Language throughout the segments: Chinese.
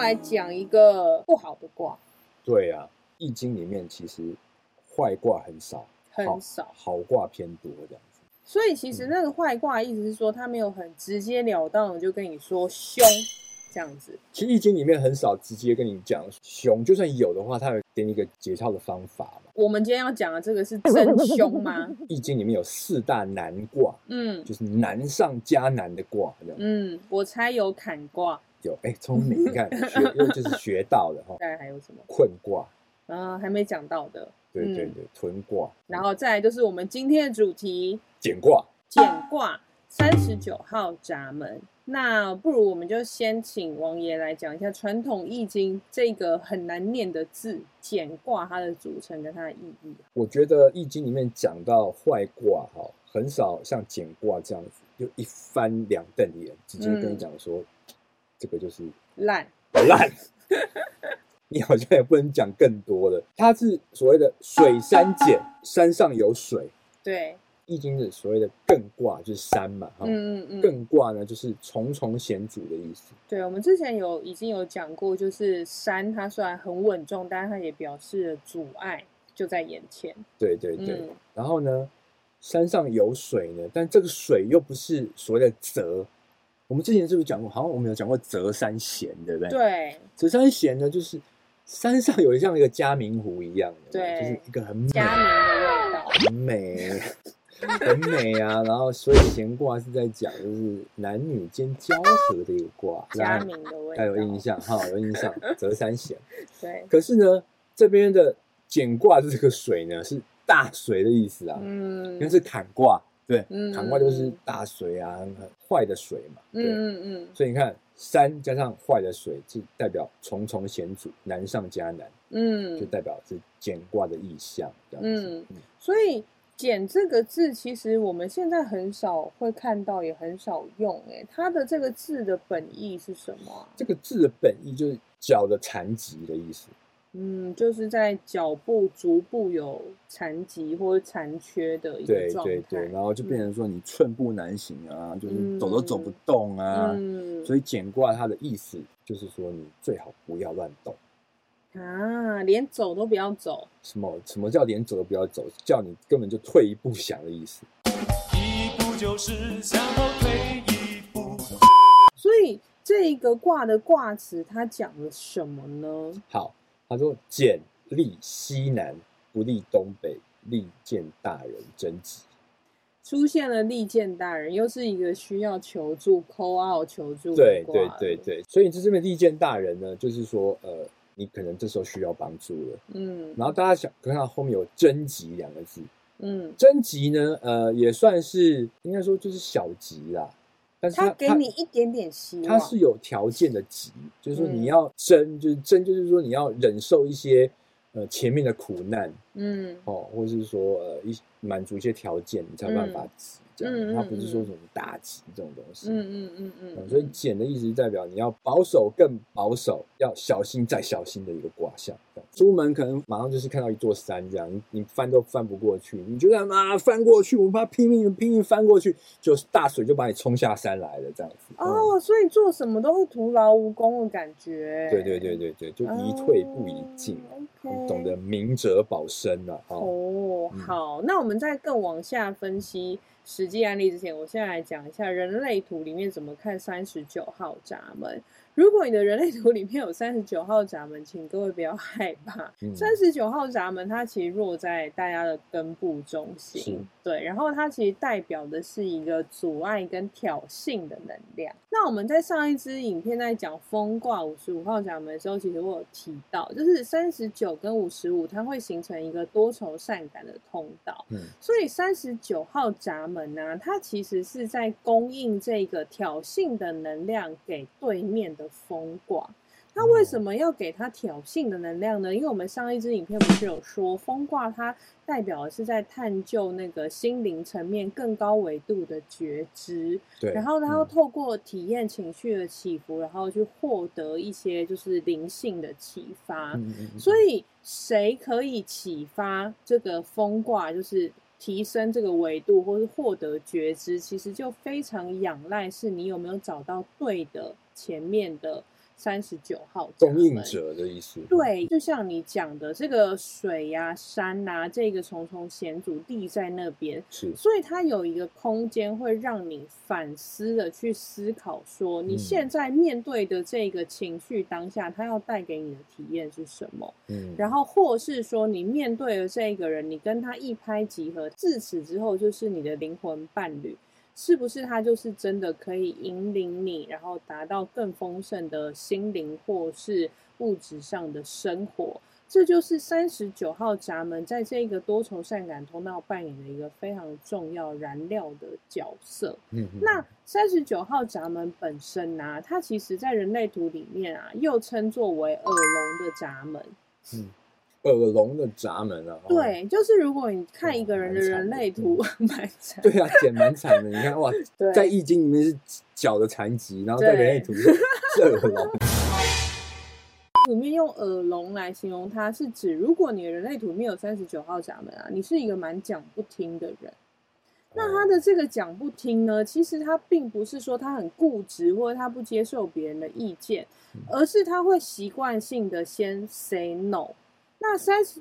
来讲一个不好的卦。 对啊，易经里面其实坏卦很少，好卦偏多这样子。 所以其实那个坏卦意思是说，他没有很直截了当的就跟你说凶这样子。 其实易经里面很少直接跟你讲凶，就算有的话，他会给你一个解套的方法嘛。 我们今天要讲的这个是真凶吗？ 易经里面有4大难卦，就是难上加难的卦。 我猜有坎卦。 有，聪明，你看又就是学到了哈。 再来还有什么？ 困卦。 还没讲到的。 对对对，屯卦。 然后再来就是我们今天的主题， 简卦。 简卦39号闸门。那不如我们就先请王爷来讲一下传统易经这个很难念的字简卦它的组成跟它的意义。 我觉得易经里面讲到坏卦很少像简卦这样子就一翻两瞪眼直接跟你讲说，这个就是烂你好像也不能讲更多的，它是所谓的水山简，山上有水。 对， 易经的所谓的艮卦就是山嘛，艮卦呢就是重重险阻的意思。 对，我们之前已经有讲过，就是山它虽然很稳重，但是它也表示了阻碍就在眼前。 对对对，然后呢，山上有水呢，但这个水又不是所谓的泽。我们之前是不是讲过？好像我们有讲过泽山咸，对不对？ 对， 泽山咸呢，就是山上有像一个嘉明湖一样的， 对， 就是一个很美嘉明的味道， 很美。很美啊，然后所以咸卦是在讲就是男女间交合的一个卦， 嘉明的味道， 有印象哈，有印象。泽山咸， 对。 可是呢，这边的简卦这个水呢是大水的意思啊，因为是坎卦，对，坎卦就是大水啊，很坏的水嘛，对，所以你看山加上坏的水，就代表重重险阻，难上加难，就代表是简卦的意象，这样子， 所以。简这个字其实我们现在很少会看到，也很少用。它的这个字的本意是什么？ 这个字的本意就是脚的残疾的意思。 就是在脚部、足部有残疾或者残缺的一个状态。对对对， 然后就变成说你寸步难行啊，就是走都走不动啊。所以简卦它的意思就是说你最好不要乱动。 连走都不要走。 什么叫连走都不要走？叫你根本就退一步想的意思。 一步就是向后退一步。 所以这个卦的卦辞它讲了什么呢？ 好，他说简利西南，不利东北，利见大人征吉。 出现了利见大人，又是一个需要求助 call out 求助的卦。对，所以这边利见大人呢，就是说你可能这时候需要帮助了，然后大家想看到后面有征吉2个字，征吉呢，也算是应该说就是小吉啦，但是他给你一点点希望， 它是有条件的吉，就是说你要征，就是说你要忍受一些前面的苦难，或者是说满足一些条件，你才有办法吉。它不是说什么大吉这种东西，所以简的意思代表你要保守更保守，要小心再小心的一个卦象。出门可能马上就是看到一座山这样，你翻都翻不过去，你觉得翻过去，我怕拼命翻过去，就大水就把你冲下山来了这样子。 所以做什么都是徒劳无功的感觉。 对，就宜退不宜进，懂得明哲保身了。 好，那我们再更往下分析实际案例之前，我现在来讲一下人类图里面怎么看39号闸门。如果你的人类图里面有39号闸门，请各位不要害怕。39号闸门它其实落在大家的根部中心，对，然后它其实代表的是一个阻碍跟挑衅的能量。那我们在上一支影片在讲风卦55号闸门的时候，其实我有提到，就是39跟55它会形成一个多愁善感的通道，所以39号闸门呢，它其实是在供应这个挑衅的能量给对面的风卦。那为什么要给它挑衅的能量呢？因为我们上一支影片不是有说风卦它代表的是在探究那个心灵层面更高维度的觉知，对，然后它要透过体验情绪的起伏，然后去获得一些就是灵性的启发。所以谁可以启发这个风卦，就是提升这个维度或是获得觉知，其实就非常仰赖是你有没有找到对的前面的 39号闸门， 供应者的意思。 对，就像你讲的，这个水啊、山啊，这个重重险阻地在那边， 是， 所以它有一个空间会让你反思的去思考，说你现在面对的这个情绪当下，它要带给你的体验是什么？然后或是说你面对的这个人，你跟他一拍即合，自此之后就是你的灵魂伴侣。是不是他就是真的可以引领你，然后达到更丰盛的心灵或是物质上的生活？这就是39号闸门在这个多愁善感通道扮演的一个非常重要燃料的角色。那39号闸门本身啊，它其实在人类图里面啊，又称作为耳聋的闸门。 耳聋的闸门啊， 对，就是如果你看一个人的人类图，蛮惨。 对啊，简蛮惨的。你看哇，在易经里面是脚的残疾，然后在人类图是耳聋。 里面用耳聋来形容它，是指如果你的人类图里面有39号闸门啊，你是一个蛮讲不听的人。那他的这个讲不听呢，其实他并不是说他很固执，或者他不接受别人的意见，而是他会习惯性的先 say no。那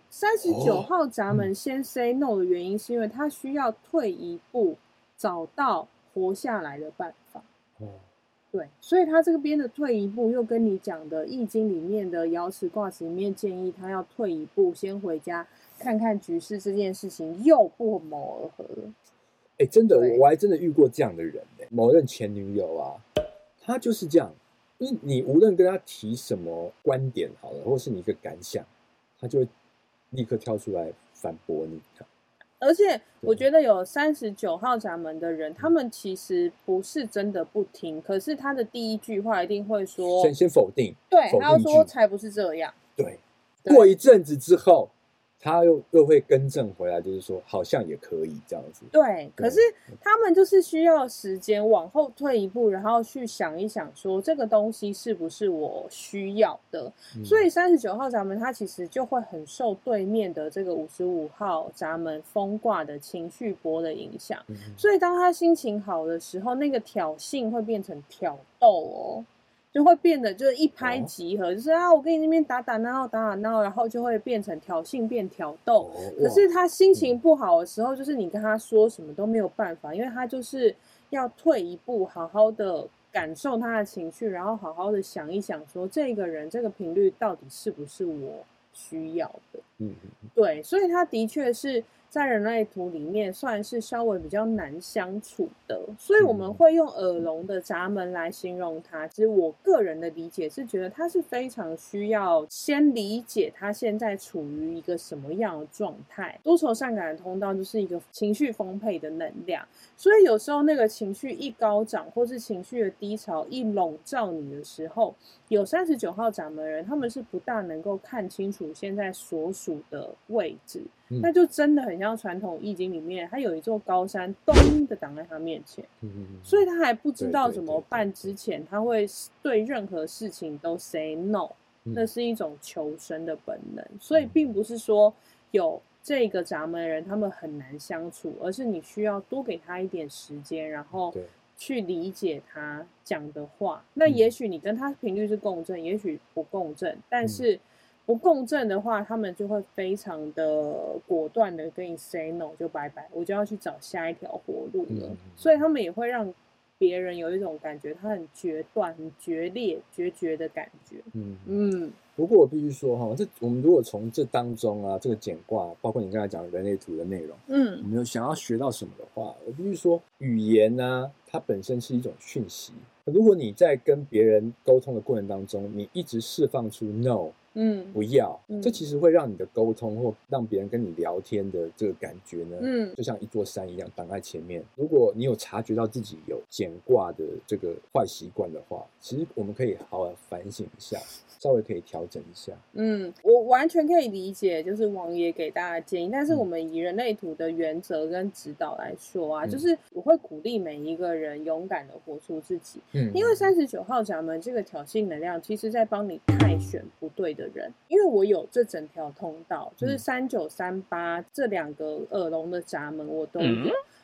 39号闸门先 say no 的原因，是因为他需要退一步，找到活下来的办法。对，所以他这边的退一步，又跟你讲的易经里面的爻辞卦辞里面建议他要退一步，先回家看看局势这件事情，又不谋而合了。 真的，我还真的遇过这样的人。某任前女友啊，她就是这样，因为你无论跟她提什么观点好了，或是你一个感想，他就会立刻跳出来反驳你。 而且我觉得有39号闸门的人，他们其实不是真的不听，可是他的第一句话一定会说先否定， 对，他要说才不是这样。 对，过一阵子之后他又会更正回来，就是说好像也可以这样子。 对，可是他们就是需要时间往后退一步，然后去想一想说这个东西是不是我需要的。所以39号闸门它其实就会很受对面的这个55号闸门风卦的情绪波的影响。所以当他心情好的时候，那个挑衅会变成挑逗哦。就会变得就是一拍即合，就是我跟你那边打闹，然后就会变成挑衅变挑逗。可是他心情不好的时候，就是你跟他说什么都没有办法，因为他就是要退一步，好好的感受他的情绪，然后好好的想一想说这个人这个频率到底是不是我需要的。对，所以他的确是在人类图里面算是稍微比较难相处的，所以我们会用耳聋的闸门来形容他。其实我个人的理解是觉得他是非常需要先理解他现在处于一个什么样的状态。多愁善感的通道就是一个情绪丰沛的能量，所以有时候那个情绪一高涨，或是情绪的低潮一笼罩你的时候，有39号闸门人他们是不大能够看清楚现在所属的位置。那就真的很像传统易经里面，他有一座高山咚的挡在他面前，所以他还不知道怎么办之前，他会对任何事情都 say no，那是一种求生的本能。所以并不是说有这个闸门的人他们很难相处，而是你需要多给他一点时间，然后去理解他讲的话。那也许你跟他频率是共振，也许不共振，但是不共振的话，他们就会非常的果断的跟你 say no， 就拜拜，我就要去找下一条活路了。所以他们也会让别人有一种感觉，他很决断、很决裂、决绝的感觉。 不过我必须说哈，我们如果从这当中啊，这个简卦，包括你刚才讲的人类图的内容，我们有想要学到什么的话，我必须说，语言啊，它本身是一种讯息。如果你在跟别人沟通的过程当中，你一直释放出 no。不要，这其实会让你的沟通或让别人跟你聊天的这个感觉呢，就像一座山一样挡在前面。如果你有察觉到自己有简卦的这个坏习惯的话，其实我们可以好好反省一下，稍微可以调整一下。 我完全可以理解，就是王爷给大家的建议，但是我们以人类图的原则跟指导来说啊，就是我会鼓励每一个人勇敢的活出自己。因为39号闸门这个挑衅能量，其实在帮你汰选不对的人。因为我有这整条通道，就是39、38这两个耳聋的闸门我都有。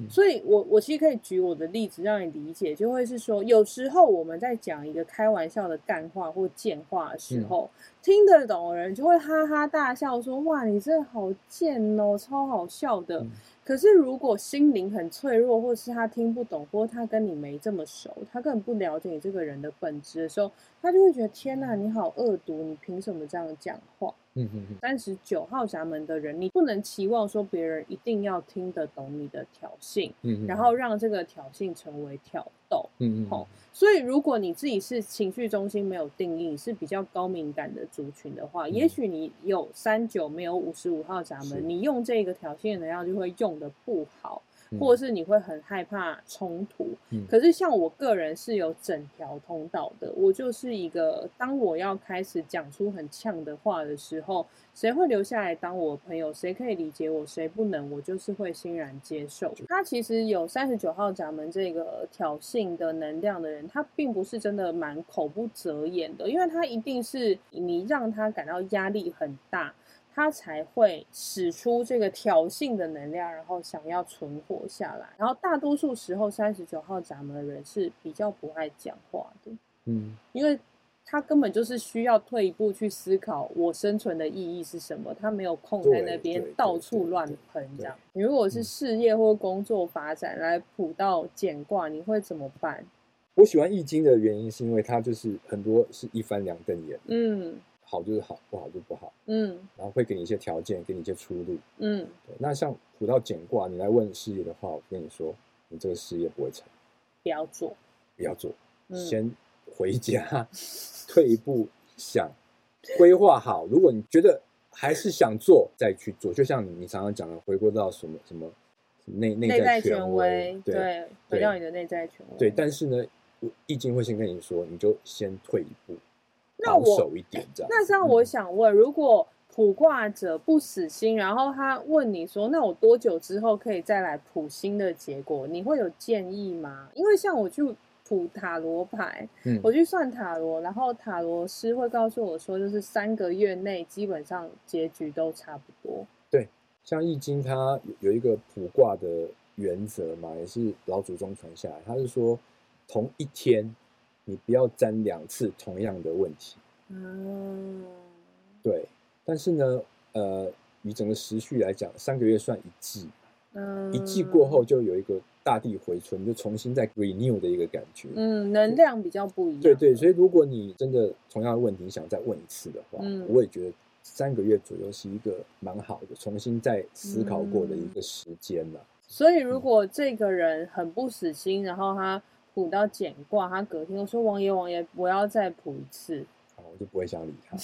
所以我其实可以举我的例子让你理解，就会是说，有时候我们在讲一个开玩笑的干话或贱话的时候，听得懂的人就会哈哈大笑说，哇，你真的好贱哦，超好笑的。可是如果心灵很脆弱，或是他听不懂，或他跟你没这么熟，他根本不了解你这个人的本质的时候，他就会觉得天哪，你好恶毒，你凭什么这样讲话？39号闸门的人，你不能期望说别人一定要听得懂你的挑衅，然后让这个挑衅成为挑逗。所以如果你自己是情绪中心没有定义，是比较高敏感的族群的话，也许你有39没有55号闸门，你用这个挑衅的能量就会用得不好，或者是你会很害怕冲突。可是像我个人是有整条通道的，我就是一个当我要开始讲出很呛的话的时候，谁会留下来当我朋友，谁可以理解我，谁不能，我就是会欣然接受。他其实有39号闸门这个挑衅的能量的人，他并不是真的蛮口不择言的，因为他一定是你让他感到压力很大，他才会使出这个挑衅的能量，然后想要存活下来。然后大多数时候39号闸门的人是比较不爱讲话的，因为他根本就是需要退一步去思考我生存的意义是什么，他没有空在那边到处乱喷这样。你如果是事业或工作发展来卜到简卦，你会怎么办？ 我喜欢易经的原因是因为它就是很多是一翻两瞪眼，好就是好，不好就不好，然后会给你一些条件，给你一些出路，对。那像卜到简卦，你来问事业的话，我跟你说，你这个事业不会成， 不要做， 先回家，退一步想，规划好。如果你觉得还是想做，再去做。就像你常常讲的，回归到什么内在权威， 对，回到你的内在权威。 对，但是呢，易经会先跟你说，你就先退一步，保守一点这样。 那这样我想问，如果卜卦者不死心，然后他问你说，那我多久之后可以再来卜新的结果？你会有建议吗？因为像我去卜塔罗牌，我去算塔罗，然后塔罗师会告诉我说，就是3个月内基本上结局都差不多。 对，像易经它有一个卜卦的原则嘛，也是老祖宗传下来，他是说同一天你不要占2次同样的问题。对，但是呢，以整个时序来讲，3个月算一季，一季过后就有一个大地回春，就重新再 renew 的一个感觉。 能量比较不一样。 对，所以如果你真的同样的问题想再问一次的话，我也觉得3个月左右是一个蛮好的，重新再思考过的一个时间了。 所以如果这个人很不死心，然后他卜到简卦，他隔天又说王爷，我要再卜一次， 我就不会想理他。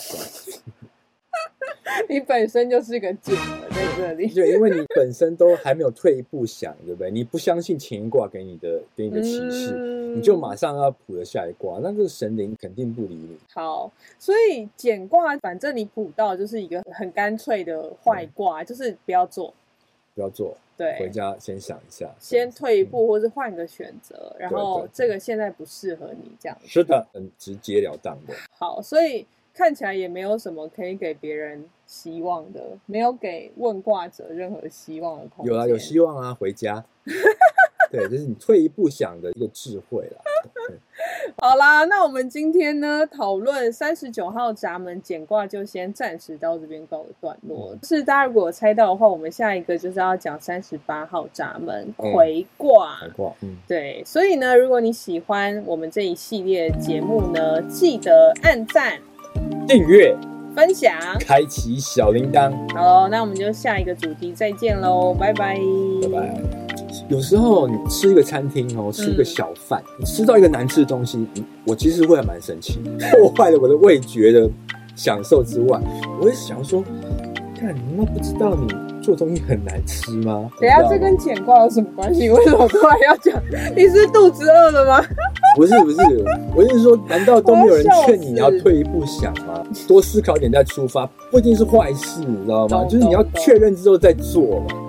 你本身就是个贱人在这里。 对，因为你本身都还没有退一步想，对不对？你不相信前一卦给你的启示，你就马上要卜的下一卦，那这个神灵肯定不理你。 好，所以简卦反正你卜到就是一个很干脆的坏卦，就是不要做，对， 回家先想一下， 先退一步，或是换个选择，然后这个现在不适合你这样子。 是的，很直截了当的。 好，所以看起来也没有什么可以给别人希望的，没有给问卦者任何希望的空间。 有啦，有希望啊，回家。对，就是你退一步想的一个智慧啦。 好啦，那我们今天呢讨论39号闸门简卦就先暂时到这边告个段落。是大家如果猜到的话，我们下一个就是要讲38号闸门魁卦。对，所以呢，如果你喜欢我们这一系列节目呢，记得按赞、 订阅、 分享、 开启小铃铛。 好咯，那我们就下一个主题再见咯，拜拜。 拜拜。有时候你吃一个餐厅吃一个小饭，你吃到一个难吃的东西，我其实会蛮生气，破坏了我的味觉的享受之外，我会想说，看你们不知道你做东西很难吃吗？ 等一下，这跟简卦有什么关系？为什么突然要讲？你是肚子饿了吗？ 不是，我是说，难道都没有人劝你要退一步想吗？多思考点再出发，不一定是坏事，你知道吗？就是你要确认之后再做嘛。